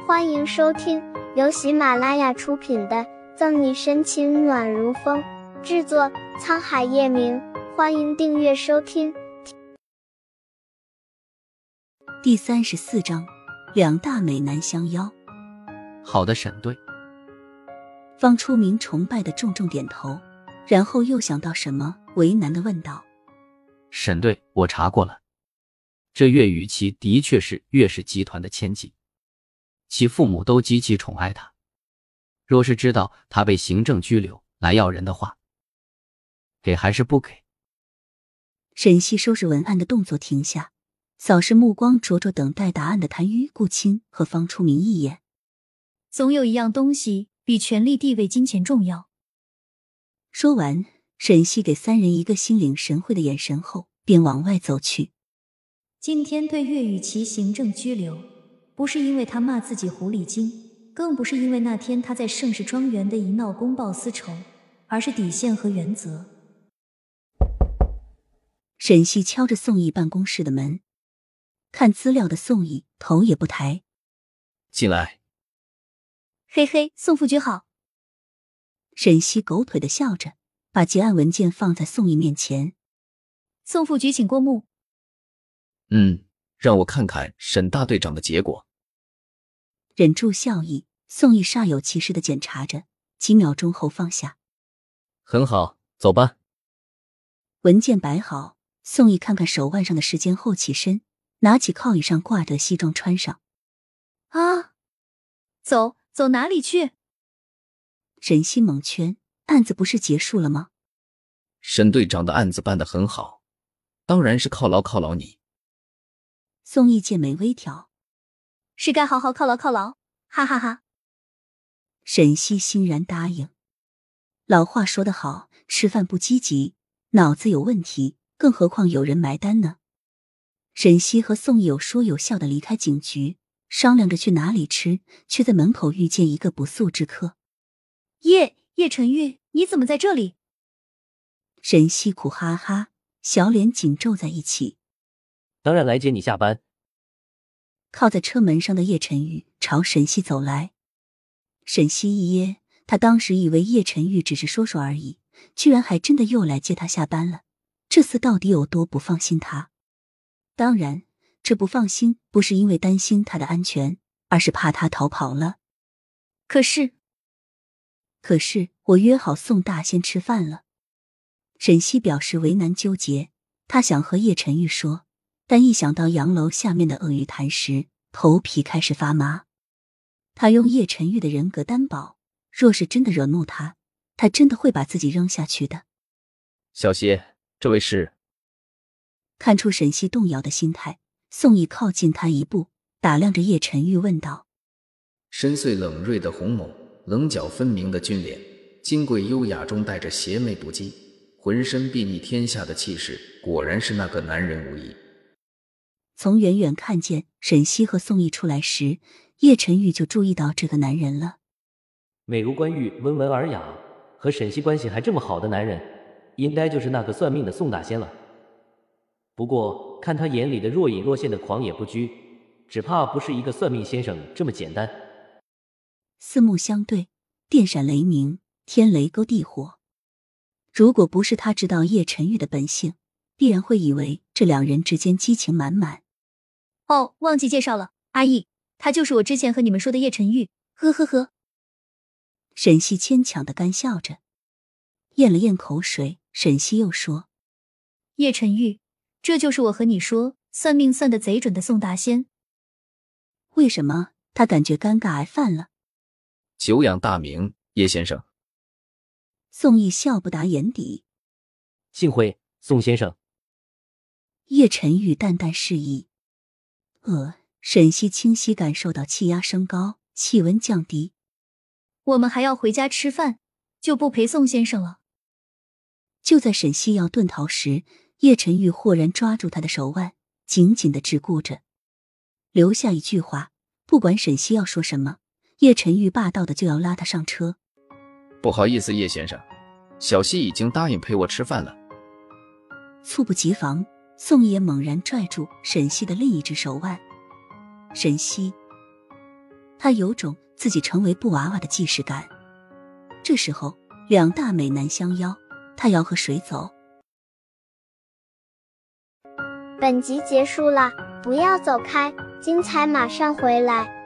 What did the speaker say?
欢迎收听由喜马拉雅出品的《赠你深情暖如风》，制作沧海夜明。欢迎订阅收听。 第34章，两大美男相邀。 好的，沈队。 方初明崇拜的重重点头，然后又想到什么，为难地问道： 沈队，我查过了，这岳雨琪的确是岳氏集团的千金，其父母都极其宠爱她。若是知道她被行政拘留来要人的话，给还是不给？ 沈西收拾文案的动作停下，扫视目光灼灼等待答案的谭于顾青和方初明一眼。 总有一样东西比权力、地位、金钱重要。 说完，沈西给三人一个心领神会的眼神后，便往外走去。 今天对岳雨琪行政拘留，不是因为他骂自己狐狸精，更不是因为那天他在盛世庄园的一闹公报私仇，而是底线和原则。 沈西敲着宋毅办公室的门，看资料的宋毅头也不抬。 进来。 嘿嘿，宋副局好。 沈西狗腿地笑着，把结案文件放在宋毅面前。 宋副局请过目。 让我看看沈大队长的结果。 忍住笑意，宋毅煞有其事地检查着，几秒钟后放下。 很好，走吧。 文件摆好，宋毅看看手腕上的时间后起身，拿起靠椅上挂着的西装穿上。 啊，走哪里去？ 沈西蒙圈，案子不是结束了吗？ 沈队长的案子办得很好，当然是犒劳你。 宋毅剑眉微挑， 是该好好犒劳，哈哈哈。 沈西欣然答应。老话说得好，吃饭不积极，脑子有问题，更何况有人埋单呢。沈西和宋毅有说有笑地离开警局，商量着去哪里吃，却在门口遇见一个不速之客。 叶晨玉，你怎么在这里？ 沈西苦哈哈，小脸紧皱在一起。 当然来接你下班。 靠在车门上的叶晨玉朝沈西走来。沈西一噎，他当时以为叶晨玉只是说说而已，居然还真的又来接他下班了，这厮到底有多不放心他？当然，这不放心不是因为担心他的安全，而是怕他逃跑了。 可是我约好宋大仙吃饭了。沈西表示为难纠结，他想和叶晨玉说，但一想到洋楼下面的鳄鱼潭时，头皮开始发麻。他用叶晨玉的人格担保，若是真的惹怒他，他真的会把自己扔下去的。 小西，这位是…… 看出沈西动摇的心态，宋毅靠近他一步，打量着叶晨玉问道： 深邃冷锐的红眸，棱角分明的俊脸，金贵优雅中带着邪魅不羁，浑身睥睨天下的气势，果然是那个男人无疑。 从远远看见沈西和宋毅出来时，叶晨玉就注意到这个男人了。 美如冠玉，温文尔雅，和沈西关系还这么好的男人，应该就是那个算命的宋大仙了。不过看他眼里的若隐若现的狂野不拘，只怕不是一个算命先生这么简单。 四目相对，电闪雷鸣，天雷勾地火。如果不是他知道叶晨玉的本性，必然会以为这两人之间激情满满。 哦，忘记介绍了，阿姨，他就是我之前和你们说的叶晨玉，呵呵呵。 沈西牵强地干笑着，咽了咽口水，沈西又说： 叶晨玉，这就是我和你说算命算得贼准的宋大仙。 为什么？他感觉尴尬癌犯了。 久仰大名，叶先生。 宋毅笑不达眼底。 幸会，宋先生。 叶晨玉淡淡示意。沈西清晰感受到气压升高，气温降低。 我们还要回家吃饭，就不陪宋先生了。 就在沈西要遁逃时，叶晨玉豁然抓住他的手腕，紧紧地桎梏着，留下一句话，不管沈西要说什么，叶晨玉霸道的就要拉他上车。 不好意思，叶先生，小西已经答应陪我吃饭了。 猝不及防，宋爷猛然拽住沈西的另一只手腕。沈西他有种自己成为布娃娃的既视感。这时候两大美男相邀，他要和谁走？ 本集结束了，不要走开，精彩马上回来。